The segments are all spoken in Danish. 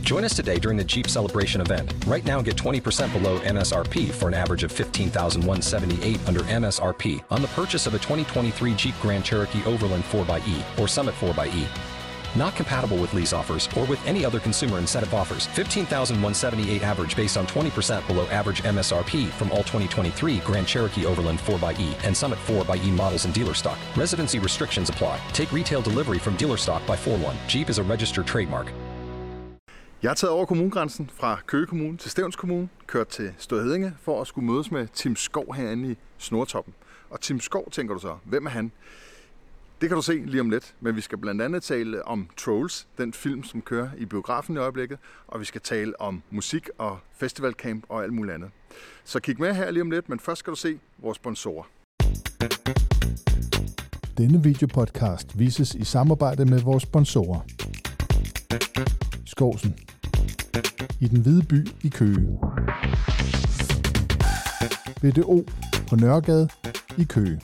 Join us today during the Jeep Celebration event. Right now, get 20% below MSRP for an average of $15,178 under MSRP on the purchase of a 2023 Jeep Grand Cherokee Overland 4xE or Summit 4xE. Not compatible with lease offers or with any other consumer incentive offers. $15,178 average based on 20% below average MSRP from all 2023 Grand Cherokee Overland 4xE and Summit 4xE models in dealer stock. Residency restrictions apply. Take retail delivery from dealer stock by 4/1. Jeep is a registered trademark. Jeg har taget over kommunegrænsen fra Køge Kommune til Stevns Kommune, kørt til Stødhedinge for at skulle mødes med Tim Skov herinde i Snortoppen. Og Tim Skov, tænker du så, hvem er han? Det kan du se lige om lidt, men vi skal blandt andet tale om Trolls, den film, som kører i biografen i øjeblikket, og vi skal tale om musik og festivalcamp og alt muligt andet. Så kig med her lige om lidt, men først skal du se vores sponsorer. Denne videopodcast vises i samarbejde med vores sponsorer. Skovsen i den hvide by i Køge. BDO på Nørregade i Køge.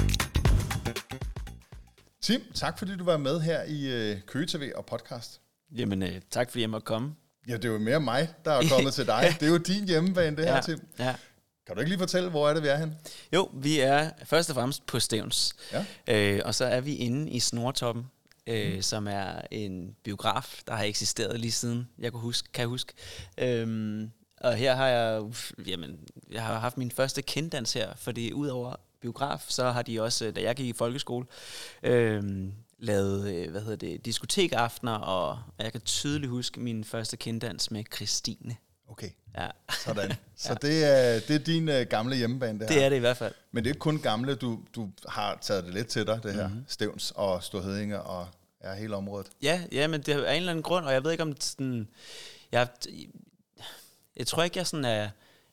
Tim, tak fordi du var med her i Køge TV og podcast. Jamen, tak fordi jeg måtte komme. Ja, det er jo mere mig, der er kommet til dig. Det er jo din hjemmebane, det her, Tim. Ja. Kan du ikke lige fortælle, hvor er det, vi er hen? Jo, vi er først og fremmest på Stevns. Ja. Og så er vi inde i Snortoppen, som er en biograf, der har eksisteret lige siden jeg kan huske. Og her har jeg har haft min første kinddans her, fordi udover biograf, så har de også, da jeg gik i folkeskole, lavet, diskotekaftener, og jeg kan tydeligt huske min første kinddans med Christine. Okay, ja. Sådan. Så det er din gamle hjemmebane, det her. Det er det i hvert fald. Men det er ikke kun gamle, du har taget det lidt til dig, det her. Stevns og Stødhedinge og hele området. Ja, men det er en eller anden grund, og jeg ved ikke om sådan, jeg tror ikke, jeg sådan er,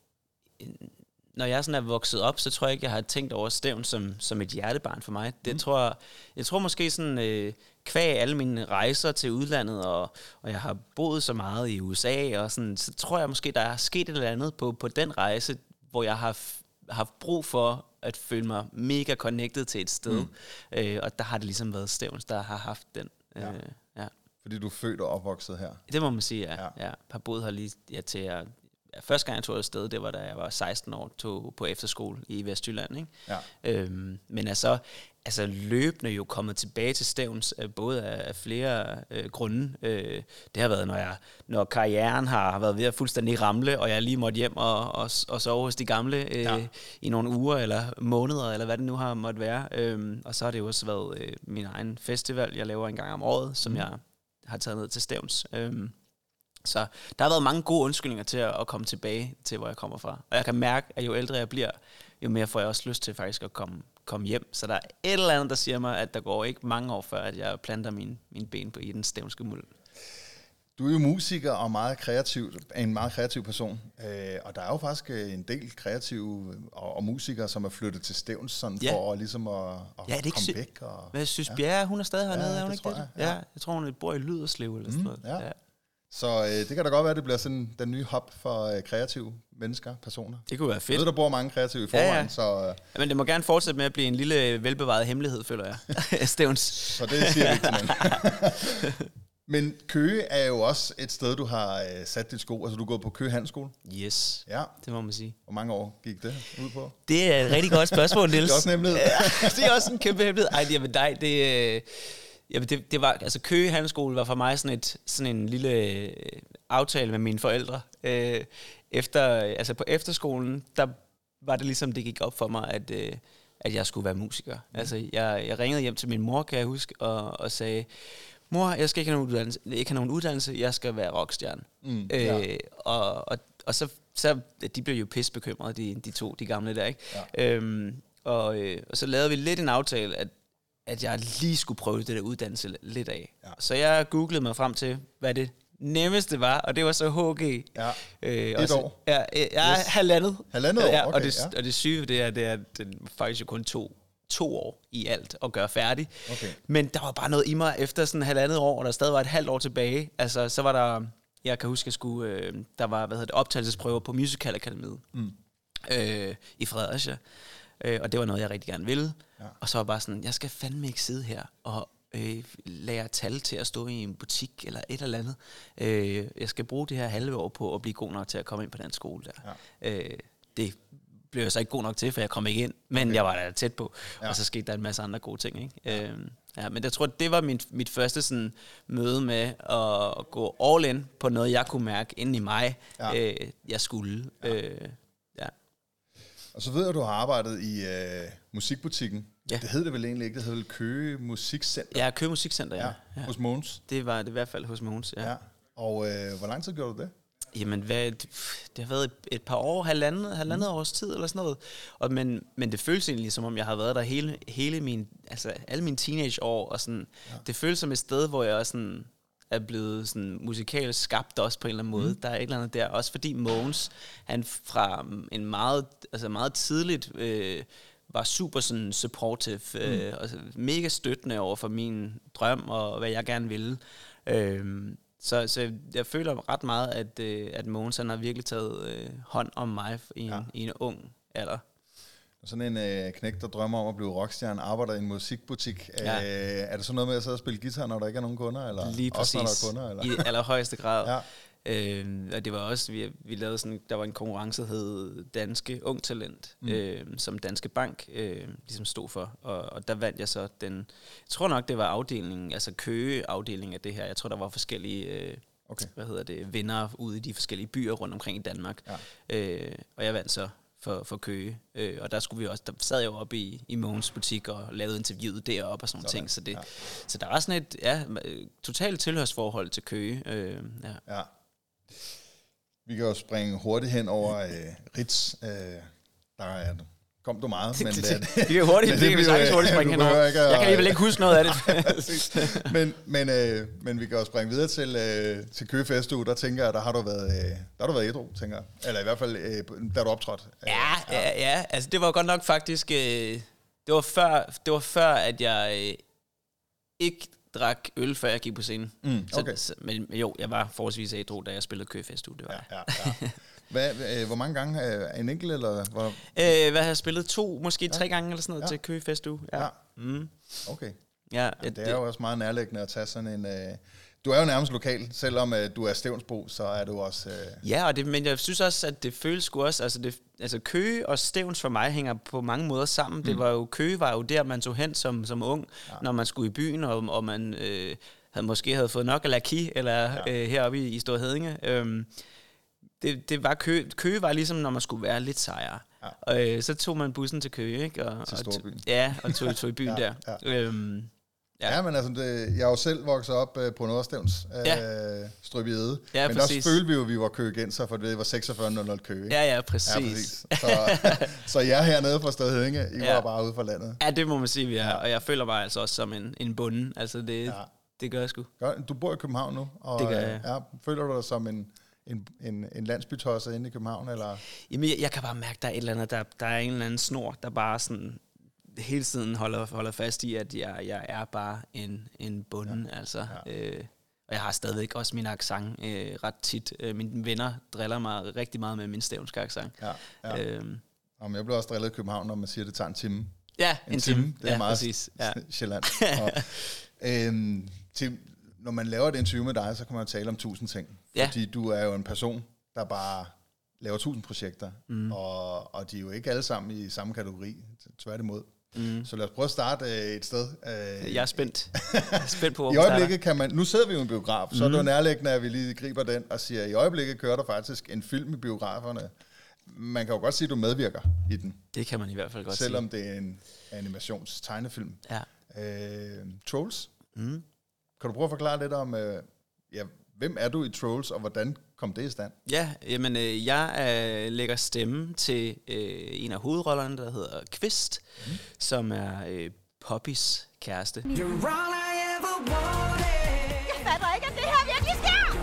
når jeg sådan er vokset op, så tror jeg ikke, jeg har tænkt over Stevns som et hjertebarn for mig. Det jeg tror måske sådan, kvæg alle mine rejser til udlandet, og jeg har boet så meget i USA, og sådan, så tror jeg måske, der er sket et eller andet på den rejse, hvor jeg har haft brug for at føle mig mega connected til et sted. Og der har det ligesom været Stevns, der har haft den. Ja. Fordi du er født og opvokset her. Det må man sige, ja. Jeg har boet her lige til jeg... Første gang jeg tog afsted, det var da jeg var 16 år, tog på efterskole i Vestjylland, ikke? Ja. Men altså løbende jo kommet tilbage til Stevns, både af flere grunde. Det har været, når karrieren har været ved at fuldstændig ramle, og jeg lige måtte hjem og sove hos de gamle i nogle uger eller måneder, eller hvad det nu har måttet være. Og så har det jo også været min egen festival, jeg laver en gang om året, som jeg har taget ned til Stevns. Så der har været mange gode undskyldninger til at komme tilbage til, hvor jeg kommer fra. Og jeg kan mærke, at jo ældre jeg bliver, jo mere får jeg også lyst til faktisk at komme hjem. Så der er et eller andet, der siger mig, at der går ikke mange år før, at jeg planter mine ben i den stevnske muld. Du er jo musiker og en meget kreativ person. Og der er jo faktisk en del kreative og musikere, som er flyttet til Stevns sådan for at, ligesom at komme væk. Men jeg synes, Bjerre, hun er stadig hernede, er hun ikke det? Ja, jeg tror, hun bor i Lyderslev eller sådan noget. Ja. Så det kan da godt være, at det bliver sådan den nye hop for kreative mennesker, personer. Det kunne være fedt. Jeg ved, der bor mange kreative i forvejen. Så, men det må gerne fortsætte med at blive en lille velbevaret hemmelighed, føler jeg. Stevns. Så det siger vi ikke til nogen. Men Køge er jo også et sted, du har sat dit sko. Altså, du er gået på Køge Handelsskole. Yes, det må man sige. Hvor mange år gik det ud på? Det er et rigtig godt spørgsmål, Niels. Det er også en hemmelighed. Det er også en kæmpe hemmelighed. Ej, jamen dig, det var, altså Køge Handelsskole var for mig sådan en lille aftale med mine forældre. På efterskolen, der var det ligesom, det gik op for mig, at jeg skulle være musiker. Altså, jeg ringede hjem til min mor, kan jeg huske, og sagde, mor, jeg skal ikke have nogen uddannelse, jeg skal være rockstjerne. Og så de blev jo pissebekymrede, de gamle der, ikke? Ja. Og så lavede vi lidt en aftale, at jeg lige skulle prøve det der uddannelse lidt af. Ja. Så jeg googlede mig frem til, hvad det nemmeste var, og det var så HG. Ja. Et år? Ja, yes. Halvandet. Halvandet år, okay. Og det syge, det er faktisk jo kun to år i alt at gøre færdig. Okay. Men der var bare noget i mig efter sådan halvandet år, og der stadig var et halvt år tilbage. Altså, så var der, jeg kan huske, der var optagelsesprøver på Musical Akademiet i Fredericia. Og det var noget, jeg rigtig gerne ville. Ja. Og så var bare sådan, jeg skal fandme ikke sidde her og lære tal til at stå i en butik eller et eller andet. Jeg skal bruge det her halve år på at blive god nok til at komme ind på den skole der. Ja. Det blev jeg så ikke god nok til, for jeg kom ikke ind, men jeg var da tæt på. Ja. Og så skete der en masse andre gode ting, ikke? Ja, men jeg tror, det var mit første sådan, møde med at gå all in på noget, jeg kunne mærke inde i mig, jeg skulle. Ja. Og så ved jeg, at du har arbejdet i musikbutikken. Ja. Det hed det vel egentlig ikke, det hed vel Køge Musikcenter? Ja, Køge Musikcenter, ja. Hos Mogens? Det var det i hvert fald hos Mogens, ja. Og hvor lang tid gjorde du det? Jamen, det har været et par år, halvandet års tid eller sådan noget. Men det føles egentlig, som om jeg har været der alle mine teenageår. Og sådan, det føles som et sted, hvor jeg også sådan er blevet sådan musikalsk skabt også på en eller anden måde. Der er et eller andet der. Også fordi Mogens, han fra en meget tidligt var super sådan supportive, og mega støttende over for min drøm og hvad jeg gerne ville. Så jeg føler ret meget, at Mogens han har virkelig taget hånd om mig i en ung alder. Sådan en knægt, der drømmer om at blive rockstjerne, arbejder i en musikbutik. Er det sådan noget med at sidde og spille guitar, når der ikke er nogen kunder? Eller lige præcis. Også, når der er kunder, eller? I allerhøjeste grad. Og det var også, vi lavede sådan, der var en konkurrence, der hed Danske Ung Talent, som Danske Bank ligesom stod for, og der vandt jeg så jeg tror nok det var afdelingen, altså Køge-afdelingen af det her. Jeg tror der var forskellige vindere ude i de forskellige byer rundt omkring i Danmark, og jeg vandt så for Køge, og der sad jeg jo oppe i Mogens butik og lavede interviewet deroppe og sådan ting, så der var sådan et totalt tilhørsforhold til Køge. Vi kan jo springe hurtigt hen over Ritz. Der kom du meget, men det kan hurtigt springe hen over. Jeg kan alligevel ikke huske noget af det. men vi kan jo springe videre til Køge Festuge. Der tænker jeg, der har du været ædru, tænker jeg. Eller i hvert fald, da du optrådte. Ja, altså det var godt nok faktisk, det var før at jeg ikke drak øl, før jeg gik på scenen. Okay. Men jo, jeg var forholdsvis ædru, da jeg spillede Køge Festuge, det var Hvor mange gange? En enkelt, eller? Hvad har jeg spillet? 2, måske 3 gange, eller sådan noget, til Køge Festuge. Okay. Ja, det er jo også meget nærliggende at tage sådan en... Du er jo nærmest lokal, selvom du er Stevnsbo, så er du også... men jeg synes også, at det føles sgu også... Altså Køge og Stevns for mig hænger på mange måder sammen. Det var jo, Køge var jo der, man tog hen som ung, når man skulle i byen, og man måske havde fået nok af laki, eller heroppe i Store Heddinge. Det var Køge var ligesom, når man skulle være lidt sejere. Og så tog man bussen til Køge, ikke? Til Storbyen. Og tog i byen der. Ja, men altså, jeg er jo selv vokset op på Nordstevns, Strøbjede. Ja, men præcis. der følte vi jo, at vi var køgegenser, for det var 4600 Køge. Ikke? Ja, præcis. Så jeg hernede fra Store Heddinge, I var bare ude for landet. Ja, det må man sige, vi er. Og jeg føler mig altså også som en bonde. Altså, det gør jeg sgu. Du bor i København nu, og det gør jeg. Føler du dig som en landsbytosser inde i København, eller? Jamen, jeg kan bare mærke, der er et eller andet, der er en eller anden snor, der bare sådan hele tiden holder fast i, at jeg er bare en bonde, altså. Og jeg har stadigvæk også min accent ret tit. Mine venner driller mig rigtig meget med min stævnske accent. Men jeg bliver også drillet i København, når man siger, at det tager en time. Ja, en time. Det er meget sjælland. Når man laver et interview med dig, så kan man jo tale om 1000 ting. Fordi du er jo en person, der bare laver 1000 projekter. Og de er jo ikke alle sammen i samme kategori, tværtimod. Så lad os prøve at starte et sted. Jeg er spændt. På, hvor i øjeblikket kan man... Nu sidder vi jo i en biograf, så er det jo nærliggende, at vi lige griber den og siger, i øjeblikket kører der faktisk en film i biograferne. Man kan jo godt sige, at du medvirker i den. Det kan man i hvert fald godt Selvom det er en animations-tegnefilm. Trolls. Kan du prøve at forklare lidt om, hvem er du i Trolls, og hvordan kom det i stand? Ja, jamen, jeg lægger stemme til en af hovedrollerne, der hedder Kvist, som er Poppys kæreste. Jeg fatter ikke, at det her virkelig sker!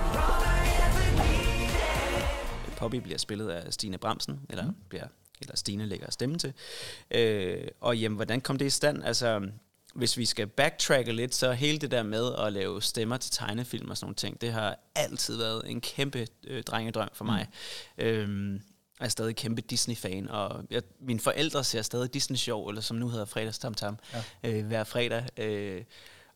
Poppy bliver spillet af Stine Bramsen, eller Stine lægger stemme til. Og jamen, hvordan kom det i stand? Altså, hvis vi skal backtracke lidt, så hele det der med at lave stemmer til tegnefilm og sådan nogle ting, det har altid været en kæmpe drengedrøm for mig. Jeg er stadig kæmpe Disney-fan, og mine forældre ser stadig Disney-show, eller som nu hedder Fredagstamtam, hver fredag.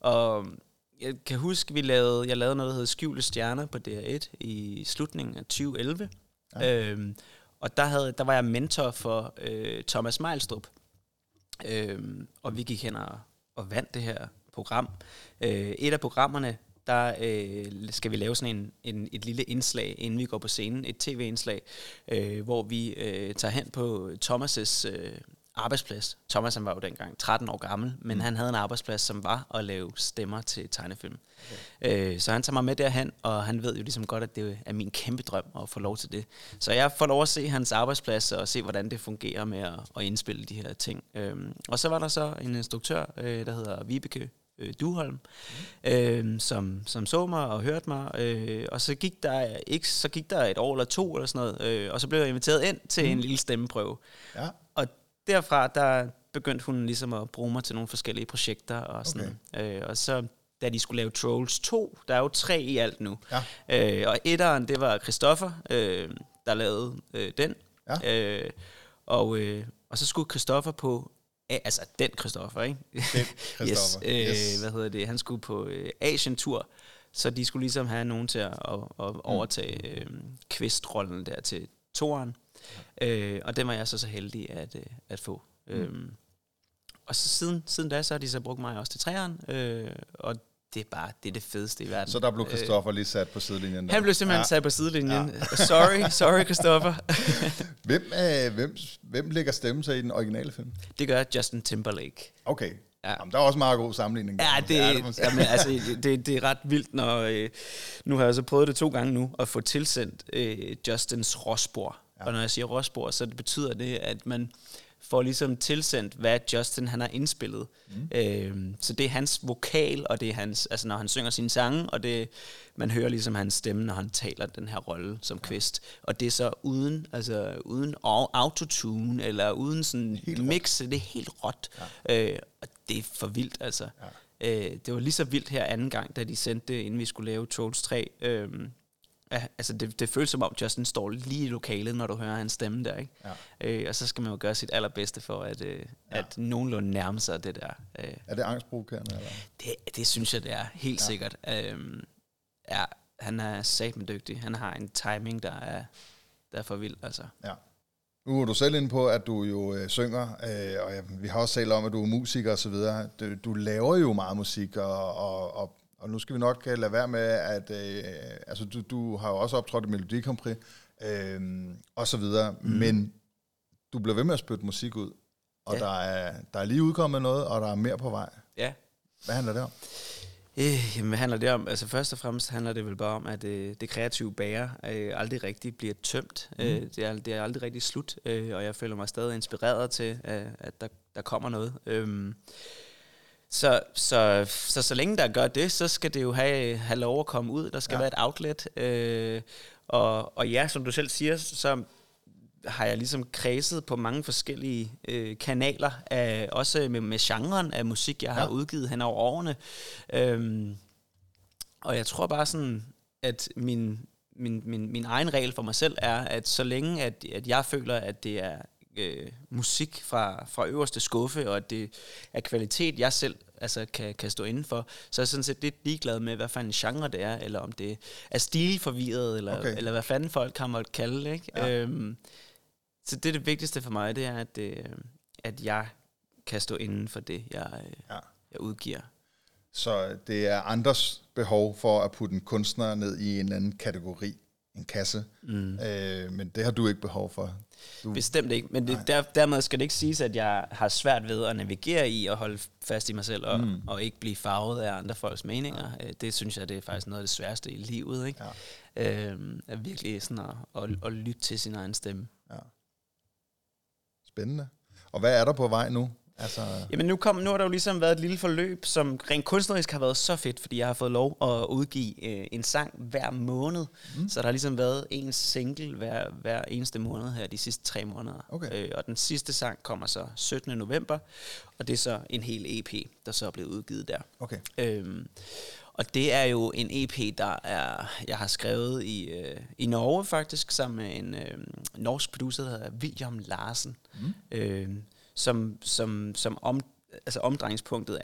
Og jeg kan huske, jeg lavede noget, der hedder Skjulte Stjerner på DR1 i slutningen af 2011. Ja. Og der var jeg mentor for Thomas Meilstrup. Og vi gik hen og vandt det her program. Et af programmerne, der skal vi lave sådan et lille indslag, inden vi går på scenen, et tv-indslag, hvor vi tager hen på Thomas' arbejdsplads. Thomas, han var jo dengang 13 år gammel, men han havde en arbejdsplads, som var at lave stemmer til tegnefilm. Okay. Så han tager mig med derhen, og han ved jo ligesom godt, at det er min kæmpe drøm at få lov til det. Så jeg får lov at se hans arbejdsplads, og se, hvordan det fungerer med at indspille de her ting. Og så var der så en instruktør, der hedder Vibeke Duholm, som så mig og hørte mig, og så gik der et år eller to eller sådan noget, og så blev jeg inviteret ind til en lille stemmeprøve. Ja. Og derfra, der begyndte hun ligesom at bruge mig til nogle forskellige projekter og sådan. Okay. Og så da de skulle lave Trolls 2, der er jo 3 i alt nu. Ja. Og etteren, det var Christoffer, der lavede den. Ja. Og så skulle Christoffer på, altså den Christoffer, ikke? Den Christoffer. Yes. Hvad hedder det? Han skulle på Asien-tur, så de skulle ligesom have nogen til at overtage Kvist-rollen der til toeren. Og det var jeg så heldig at få. Og så siden da, så har de så brugt mig også til træeren, og det er det fedeste i verden. Så der blev Christoffer lige sat på sidelinjen? Han blev simpelthen sat på sidelinjen. Ja. Sorry Christoffer. Hvem lægger stemme til i den originale film? Det gør Justin Timberlake. Okay. Ja. Jamen, der er også meget god sammenligning. Ja, det er ret vildt, når nu har jeg så prøvet det 2 gange nu, at få tilsendt Justins råspor. Ja. Og når jeg siger råspor, så betyder det, at man får ligesom tilsendt, hvad Justin han har indspillet. Så det er hans vokal, og det er hans, altså når han synger sine sange, og det man hører ligesom hans stemme, når han taler den her rolle som Kvist. Og det er så uden autotune, eller uden sådan mix, det er helt råt. Ja. Og det er for vildt, altså. Ja. Det var lige så vildt her anden gang, da de sendte det, inden vi skulle lave Trolls 3. Altså det føles som om Justin står lige i lokalet, når du hører hans stemme der, ikke? Ja. Og så skal man jo gøre sit allerbedste for at nogenlunde nærme sig det der. Er det angstprovokerende? Eller? Det synes jeg, det er helt sikkert. Han er satme dygtig. Han har en timing, der er for vild, altså. Ja. Nu er du selv inde på, at du jo synger, og vi har også talt om, at du er musiker og så videre. Du laver jo meget musik, og nu skal vi nok lade være med, at altså du har jo også optrådt i Melodi Grand Prix, og så videre, men du bliver ved med at spytte musik ud, og der er lige udkommet noget, og der er mere på vej. Ja. Hvad handler det om? Hvad handler det om? Altså først og fremmest handler det vel bare om, at det kreative bager aldrig rigtig bliver tømt. Det er aldrig rigtig slut, og jeg føler mig stadig inspireret til, at der kommer noget. Så længe der gør det, så skal det jo have lov at komme ud. Der skal være et outlet. Og ja, som du selv siger, så har jeg ligesom kredset på mange forskellige kanaler, også med genren af musik, jeg har udgivet hen over årene. Og jeg tror bare sådan, at min egen regel for mig selv er, at så længe at jeg føler, at det er musik fra øverste skuffe, og at det er kvalitet, jeg selv kan stå indenfor, så er jeg sådan set lidt ligeglad med, hvad fanden genre det er, eller om det er stilforvirret, eller hvad fanden folk kan måtte kalde det, ikke? Ja. Så det vigtigste for mig, det er, at jeg kan stå inden for det, jeg udgiver. Så det er andres behov for at putte en kunstner ned i en anden kategori, en kasse, men det har du ikke behov for. Bestemt ikke, men dermed skal det ikke siges, at jeg har svært ved at navigere i og holde fast i mig selv, og ikke blive farvet af andre folks meninger. Det synes jeg, det er faktisk noget af det sværeste i livet, ikke? Ja. At virkelig sådan at lytte til sin egen stemme. Ja. Spændende. Og hvad er der på vej nu? Jamen nu har der jo ligesom været et lille forløb, som rent kunstnerisk har været så fedt, fordi jeg har fået lov at udgive en sang hver måned. Så der har ligesom været en single hver eneste måned her de sidste 3 måneder. Okay. Og den sidste sang kommer så 17. november, og det er så en hel EP, der så er blevet udgivet der. Okay. Og det er jo en EP, jeg har skrevet i Norge faktisk, sammen med en norsk producer, der hedder William Larsen. Som omdrejningspunktet er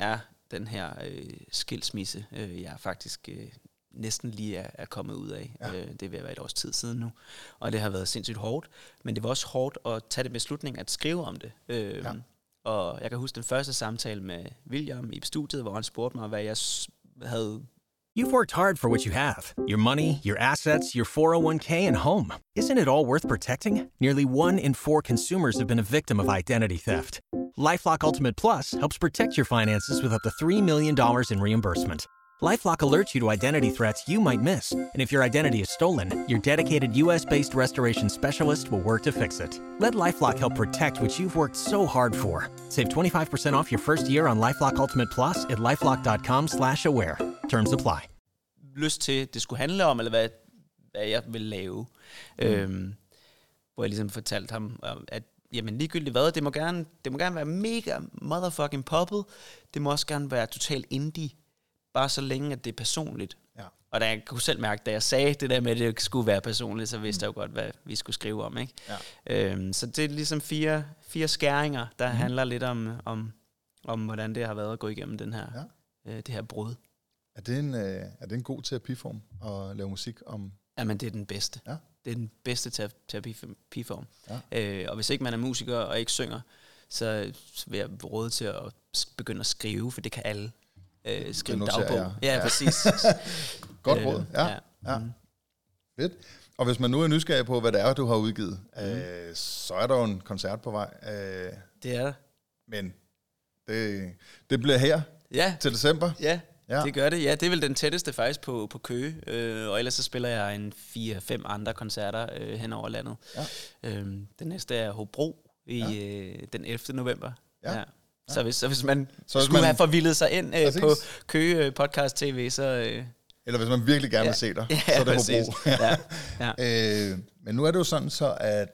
den her skilsmisse, jeg faktisk næsten lige er kommet ud af. Ja. Det er ved at være et års tid siden nu. Og det har været sindssygt hårdt, men det var også hårdt at tage det beslutning at skrive om det. Og jeg kan huske den første samtale med William i studiet, hvor han spurgte mig, hvad jeg havde... You've worked hard for what you have. Your money, your assets, your 401k, and home. Isn't it all worth protecting? Nearly 1 in 4 consumers have been a victim of identity theft. LifeLock Ultimate Plus helps protect your finances with up to $3 million in reimbursement. LifeLock alerts you to identity threats you might miss. And if your identity is stolen, your dedicated US-based restoration specialist will work to fix it. Let LifeLock help protect what you've worked so hard for. Save 25% off your first year on LifeLock Ultimate Plus at LifeLock.com/aware. Terms apply. Lyst til, det skulle handle om, eller hvad jeg ville lave. Hvor jeg ligesom fortalte ham, at jamen ligegyldigt hvad, det må gerne være mega motherfucking poppet. Det må også gerne være totalt indie. Bare så længe, at det er personligt. Ja. Og da jeg kunne selv mærke, da jeg sagde det der med, at det skulle være personligt, så vidste jeg jo godt, hvad vi skulle skrive om. Ikke? Ja. Så det er ligesom fire skæringer, der handler lidt om, hvordan det har været at gå igennem den her, det her brud. Er det en god terapiform at lave musik om? Jamen, det er den bedste. Ja. Det er den bedste terapiform. Ja. Og hvis ikke man er musiker og ikke synger, så vil jeg råde til at begynde at skrive, for det kan alle. Skrive dagbog. Ja, præcis. Godt råd. Ja. Fedt. Og hvis man nu er nysgerrig på, hvad det er, du har udgivet, så er der jo en koncert på vej. Det er der. Men det bliver her til december. Ja, det gør det. Ja, det er vel den tætteste faktisk på Køge. Og ellers så spiller jeg en 4-5 andre koncerter hen over landet. Ja. Den næste er Hobro i den 11. november. Ja. Så hvis man skulle have forvildet sig ind på Køge Podcast TV, så... Eller hvis man virkelig gerne vil se dig, så er det Hobro. Men nu er det jo sådan så,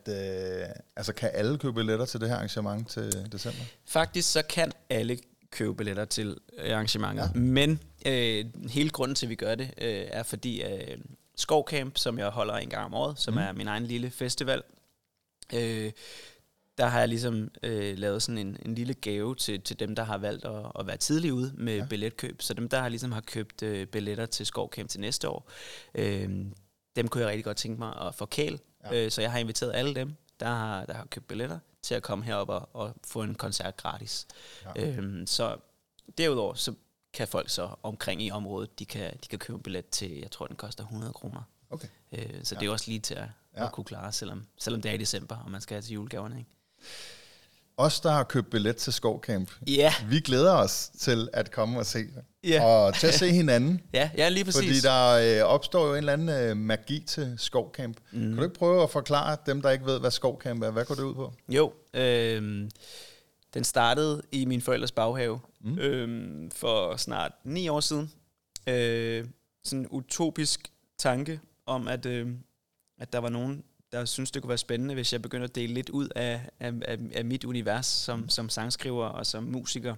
at kan alle købe billetter til det her arrangement til december? Faktisk så kan alle købe billetter til arrangementet, men hele grunden til, at vi gør det, er fordi Skovcamp, som jeg holder en gang om året, som er min egen lille festival, der har jeg ligesom lavet sådan en lille gave til dem, der har valgt at være tidlig ude med billetkøb. Så dem, der ligesom har købt billetter til Skovcamp til næste år, dem kunne jeg rigtig godt tænke mig at forkæle. Så jeg har inviteret alle dem, der har købt billetter, til at komme herop og få en koncert gratis. Ja. Så derudover, så kan folk så omkring i området, de kan købe en billet til, jeg tror, den koster 100 kroner. Okay. Så det er også lige til at kunne klare, selvom det er i december, og man skal have til julegaverne, ikke? Os, der har købt billet til Skovcamp, vi glæder os til at komme og se det. Og til at se hinanden. Ja, lige præcis. Fordi der opstår jo en eller anden magi til Skovcamp. Kan du ikke prøve at forklare dem, der ikke ved, hvad Skovcamp er? Hvad går det ud på? Jo, den startede i min forældres baghave for snart 9 år siden. Sådan en utopisk tanke om, at der var nogen, der synes, det kunne være spændende, hvis jeg begynder at dele lidt ud af mit univers som sangskriver og som musiker.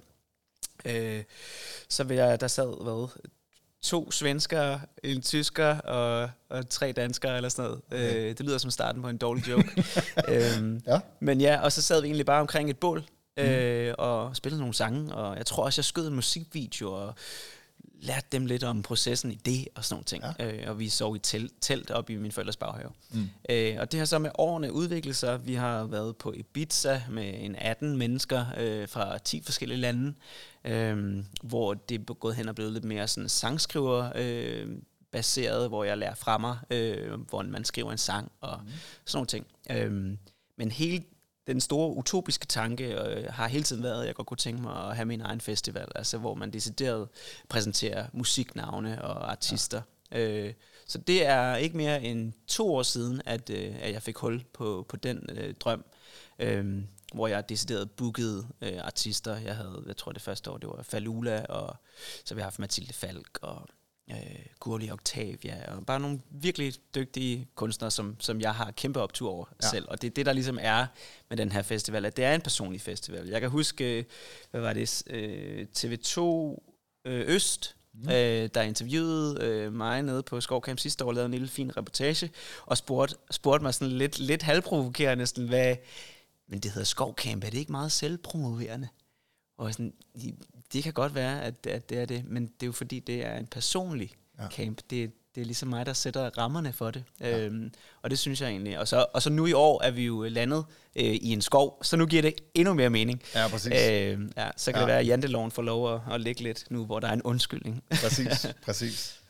Så der sad 2 svenskere, en tysker og 3 danskere eller sådan noget. Okay. Det lyder som starten på en dårlig joke. Men og så sad vi egentlig bare omkring et bål og spillede nogle sange, og jeg tror også, jeg skød en musikvideo og lærte dem lidt om processen i det og sådan nogle ting. Ja. Og vi sov i telt op i min forældres baghave. Og det har så med årene udviklet sig. Vi har været på Ibiza med 18 mennesker fra 10 forskellige lande, hvor det er gået hen og blevet lidt mere sådan sangskriver baseret, hvor jeg lærer fra mig, hvor man skriver en sang og sådan nogle ting. Men hele den store utopiske tanke har hele tiden været, at jeg godt kunne tænke mig at have min egen festival, altså hvor man decideret præsenterer musiknavne og artister. Ja. Så det er ikke mere end 2 år siden, at jeg fik hul på den drøm, hvor jeg decideret bookede artister. Jeg tror det første år, det var Falula, og så har vi haft Mathilde Falk og Gurli Octavia, og bare nogle virkelig dygtige kunstnere, som jeg har kæmpe optur over selv. Og det er det, der ligesom er med den her festival, at det er en personlig festival. Jeg kan huske, hvad var det, TV2 Øst, der interviewede mig nede på Skovcamp sidste år, lavede en lille fin reportage, og spurgte mig sådan lidt halvprovokerende, sådan, men det hedder Skovcamp, er det ikke meget selvpromoverende? Og sådan, det kan godt være, at det er det, men det er jo fordi, det er en personlig camp. Det er ligesom mig, der sætter rammerne for det. Ja. Og det synes jeg egentlig. Og så nu i år er vi jo landet i en skov, så nu giver det endnu mere mening. Ja, præcis. Så kan det være, at janteloven får lov at ligge lidt nu, hvor der er en undskyldning. Præcis.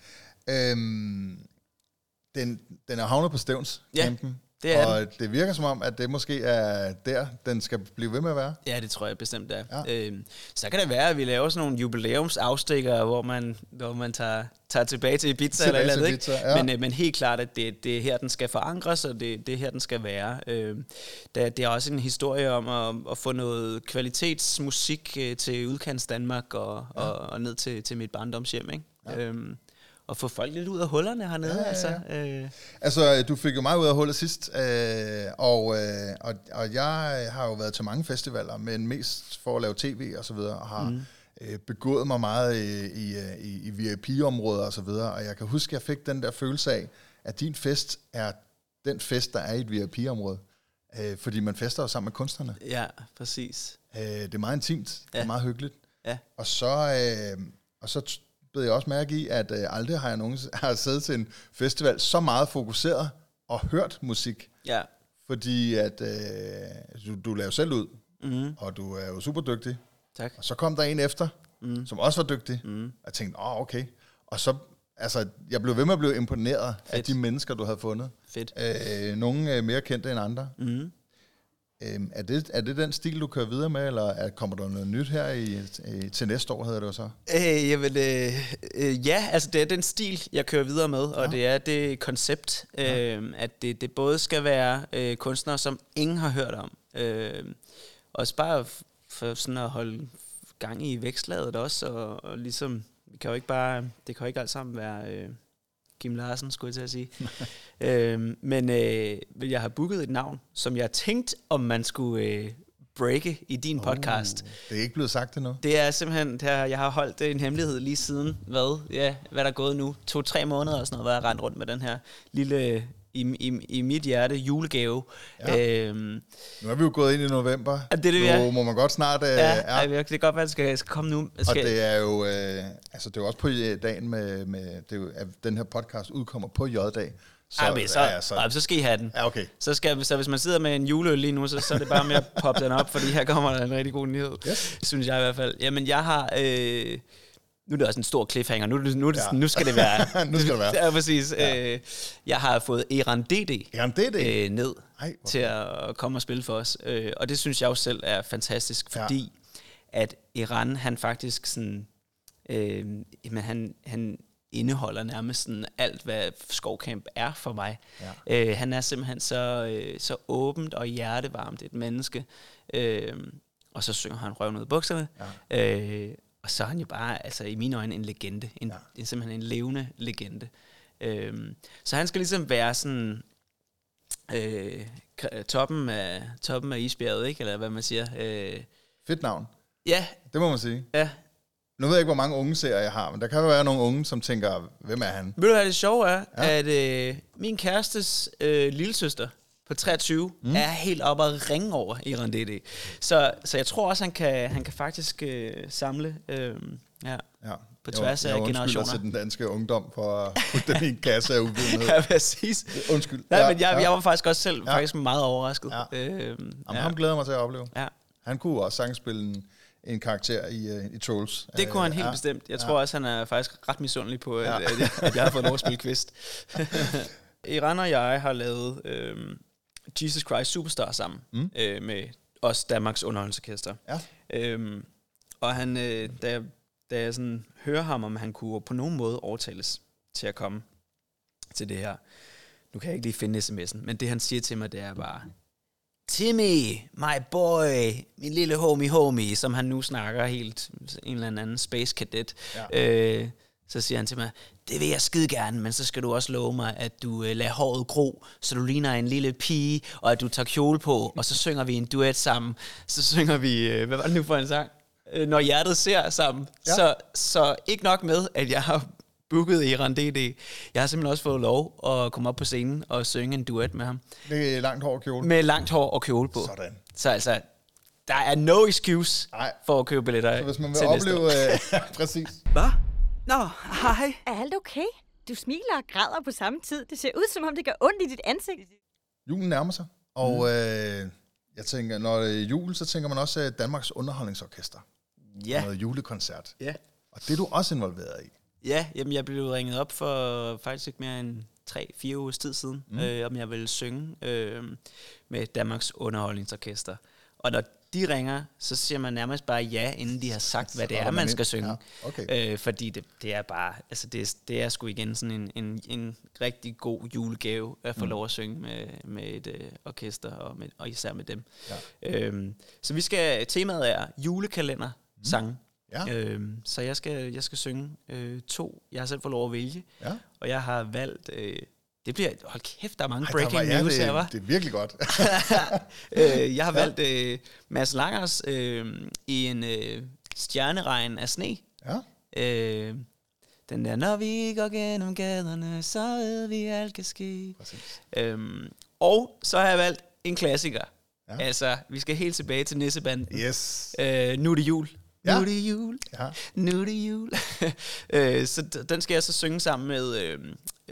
Den er havnet på Stevns campen. Det er og det virker som om, at det måske er der, den skal blive ved med at være. Ja, det tror jeg bestemt er. Ja. Så kan det være, at vi laver sådan nogle jubilæumsafstikker, hvor man tager tilbage til Ibiza eller andet, ikke? Ja. Men helt klart, at det er her, den skal forankres, og det er her, den skal være. Det er også en historie om at få noget kvalitetsmusik til udkants Danmark og ned til mit barndomshjem, ikke? Ja. Og få folk lidt ud af hullerne hernede. Ja. Altså, du fik jo meget ud af hullet sidst, og jeg har jo været til mange festivaler, men mest for at lave tv og så videre, og har begået mig meget i VIP-områder og så videre, og jeg kan huske, at jeg fik den der følelse af, at din fest er den fest, der er i et VIP-område, fordi man fester jo sammen med kunstnerne. Ja, præcis. Det er meget intimt, det er meget hyggeligt. Ja. Og så bed jeg også mærke i, at aldrig har jeg har siddet til en festival så meget fokuseret og hørt musik. Ja. Fordi at du laver selv ud, og du er jo super dygtig. Tak. Og så kom der en efter, som også var dygtig. Og jeg tænkte, okay. Og så, altså, jeg blev ved med at blive imponeret af de mennesker, du havde fundet. Fedt. Nogle mere kendte end andre. Er det den stil, du kører videre med, eller kommer der noget nyt her til næste år, hedder det jo så? Ja, altså det er den stil, jeg kører videre med, og det er det koncept, at det både skal være kunstnere, som ingen har hørt om. Også bare for sådan at holde gang i vækstlaget også, og ligesom, det kan jo ikke alt sammen være Kim Larsen, skulle jeg til at sige. Men jeg har booket et navn, som jeg tænkte, om man skulle breake i din podcast. Det er ikke blevet sagt endnu. Det er simpelthen, jeg har holdt en hemmelighed lige siden, hvad der er gået nu, 2-3 måneder og sådan noget, hvor jeg rendt rundt med den her lille, i mit hjerte, julegave. Ja. Nu er vi jo gået ind i november. Nu må man godt snart... det kan godt være, at det skal komme nu. Og det er jo, det er jo også på dagen med det er jo, at den her podcast udkommer på J-dag. Så skal I have den. Ja, okay. Så hvis man sidder med en juleøl lige nu, så er det bare med at poppe den op, fordi her kommer der en rigtig god nyhed. Yes. Synes jeg i hvert fald. Jamen, jeg har... nu er det også en stor cliffhanger. Nu skal det være. Nu skal det være. Ja, præcis. Ja. Jeg har fået Eran DD ned til at komme og spille for os. Og det synes jeg jo selv er fantastisk, fordi at Eran, han faktisk sådan... han indeholder nærmest sådan alt, hvad Skovcamp er for mig. Ja. Han er simpelthen så åbent og hjertevarmt et menneske. Og så synger han røven ud af bukserne. Ja. Og så er han jo bare, altså i mine øjne, en legende. Simpelthen en levende legende. Så han skal ligesom være sådan toppen af isbjerget, ikke? Eller hvad man siger. Fedt navn. Ja. Det må man sige. Ja. Nu ved jeg ikke, hvor mange unge serier jeg har, men der kan jo være nogle unge, som tænker, hvem er han? Ved du hvad det sjove er? At min kærestes lillesøster på 23 er helt oppe at ringe over Eran DD. Så jeg tror også, han kan faktisk samle på tværs af generationer. Jeg undskylder til den danske ungdom for at putte den i en kasse af uvidenhed. Ja, præcis. Undskyld. Nej, men jeg var faktisk også selv faktisk meget overrasket. Ja. Ham glæder mig til at opleve. Ja. Han kunne også sangspille en karakter i Trolls. Det kunne han helt bestemt. Jeg tror også, han er faktisk ret misundelig på, at jeg har fået lov at spille Kvist. Eran og jeg har lavet Jesus Christ Superstar sammen med os Danmarks Underholdningsorkester. Ja. Og han, da jeg sådan hører ham, om han kunne på nogen måde overtales til at komme til det her. Nu kan jeg ikke lige finde sms'en, men det han siger til mig, det er bare... Timmy, my boy, min lille homie, som han nu snakker helt en eller anden space cadet. Ja. Så siger han til mig, det vil jeg skide gerne, men så skal du også love mig, at du lader håret gro, så du ligner en lille pige, og at du tager kjole på, og så synger vi en duet sammen. Så synger vi, hvad var det nu for en sang? Når hjertet ser sammen. Ja. Så ikke nok med, at jeg har booket Eran DD. Jeg har simpelthen også fået lov at komme op på scenen og synge en duet med ham. Med langt hår og kjole? Med langt hår og kjole på. Sådan. Så altså, der er no excuse for at købe billetter. Så hvis man vil opleve... præcis. Hvad? Nå, hej. Er alt okay? Du smiler og græder på samme tid. Det ser ud, som om det gør ondt i dit ansigt. Julen nærmer sig, og jeg tænker, når det er jul, så tænker man også Danmarks Underholdningsorkester. Ja. Noget julekoncert. Ja. Og det er du også involveret i. Ja, jamen jeg blev ringet op for faktisk ikke mere end 3-4 ugers tid siden, om jeg ville synge med Danmarks Underholdningsorkester. Og når de ringer, så siger man nærmest bare ja, inden de har sagt, hvad det er, man skal synge. Ja, okay. Fordi det er bare, altså det er sgu igen sådan en rigtig god julegave at få lov at synge med et orkester, og især med dem. Ja. Så temaet er julekalender sange. Ja. Så jeg skal synge 2. Jeg har selv fået lov at vælge, og jeg har valgt... det bliver... Hold kæft, der er mange breaking news her, hva'? Det er virkelig godt. Jeg har valgt Mads Langers i en stjerneregn af sne. Ja. Den der, når vi går gennem gaderne, så ved vi, alt kan ske. Og så har jeg valgt en klassiker. Ja. Altså, vi skal helt tilbage til Nissebanden. Yes. Nu er det jul. Ja. Nu er det jul. Ja. Nu er det jul. Så den skal jeg så synge sammen med...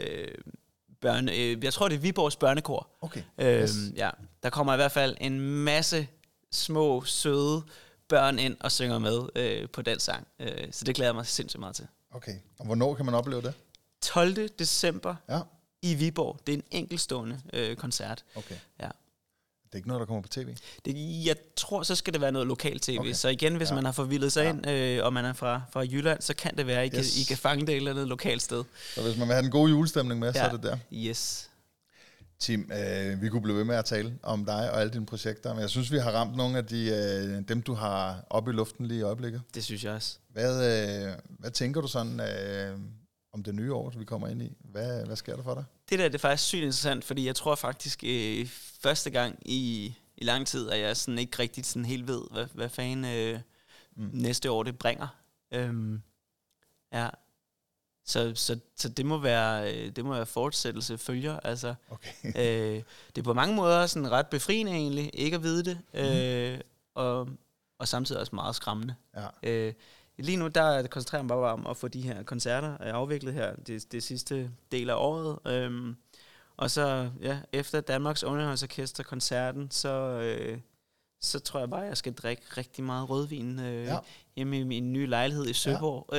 jeg tror, det er Viborgs børnekor. Okay. Ja, der kommer i hvert fald en masse små, søde børn ind og synger med på den sang. Så det glæder jeg mig sindssygt meget til. Okay. Og hvornår kan man opleve det? 12. december i Viborg. Det er en enkeltstående koncert. Okay. Ja. Det er ikke noget, der kommer på tv? Jeg tror, så skal det være noget lokal tv. Okay. Så igen, hvis man har forvildet sig ind, og man er fra Jylland, så kan det være, at I kan fange det et eller andet lokalt sted. Så hvis man vil have den gode julestemning med, så er det der. Yes. Tim, vi kunne blive ved med at tale om dig og alle dine projekter, men jeg synes, vi har ramt nogle af dem, du har oppe i luften lige i øjeblikket. Det synes jeg også. Hvad tænker du sådan om det nye år, vi kommer ind i? Hvad sker der for dig? Det er faktisk sygt interessant, fordi jeg tror faktisk første gang i lang tid, at jeg sådan ikke rigtig sådan helt ved, hvad fanden næste år det bringer. Ja. Så det må være fortsættelse følger. Altså, okay. Det er på mange måder sådan ret befriende egentlig, ikke at vide det, og samtidig også meget skræmmende. Ja. Lige nu, der koncentrerer jeg mig bare om at få de her koncerter afviklet her det sidste del af året. Og så, efter Danmarks Underholdningsorkester-koncerten, så tror jeg bare, at jeg skal drikke rigtig meget rødvin hjemme i min nye lejlighed i Søborg.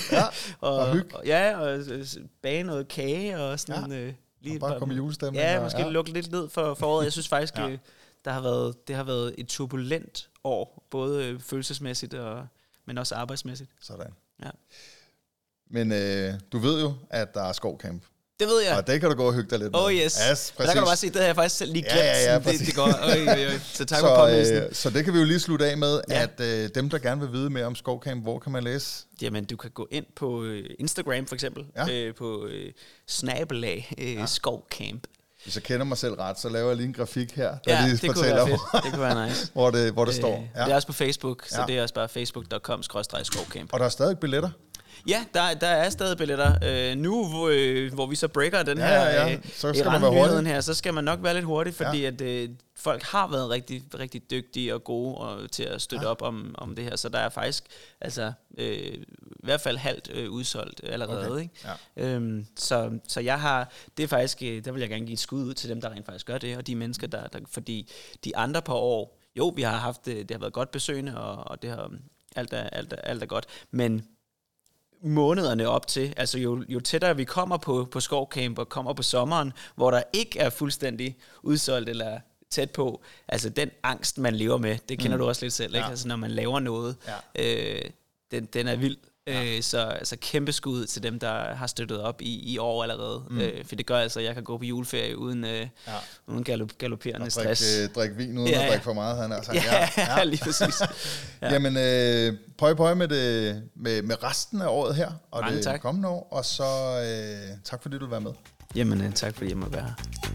Og bage noget kage og sådan... lige bare komme i julestemning. Ja, måske lukke lidt ned for året. Jeg synes faktisk, det har været et turbulent år, både følelsesmæssigt men også arbejdsmæssigt. Sådan. Ja. Men du ved jo, at der er skovcamp. Det ved jeg. Og det kan du gå og hygge dig lidt med. Yes. Der kan du bare se, det har jeg faktisk selv lige glemt. Ja, det går. Så tak for påmindelsen. Så det kan vi jo lige slutte af med, at dem, der gerne vil vide mere om skovcamp, hvor kan man læse? Jamen, du kan gå ind på Instagram for eksempel, på @skovcamp. Hvis jeg kender mig selv ret, så laver jeg lige en grafik her, der lige fortæller, det kunne være nice. hvor det står. Ja. Det er også på Facebook, så det er også bare facebook.com/skovcamp. Og der er stadig billetter? Ja, der er stadig billetter. Nu, hvor vi så breaker den her så skal man være hurtig. Her, så skal man nok være lidt hurtig, fordi at folk har været rigtig, rigtig dygtige og gode til at støtte op om det her. Så der er faktisk i hvert fald halvt udsolgt allerede. Okay. Ikke? Ja. Så jeg har, det er faktisk, der vil jeg gerne give et skud ud til dem, der rent faktisk gør det, og de mennesker, der fordi de andre par år, jo, vi har haft, det har været godt besøgende, og det har alt er godt, men månederne op til, altså jo tættere vi kommer på skovcamp og kommer på sommeren, hvor der ikke er fuldstændig udsolgt eller tæt på, altså den angst, man lever med, det kender du også lidt selv, ikke? Altså når man laver noget, den er vild. Så kæmpe skud til dem, der har støttet op i år allerede. For det gør altså, at jeg kan gå på juleferie uden galopperende stress. Drikke vin uden at drikke for meget. Han er sagt. Ja, lige præcis. Jamen, pøj med resten af året her, og det kommende år. Og så tak fordi du vil være med. Jamen, tak fordi jeg må være her.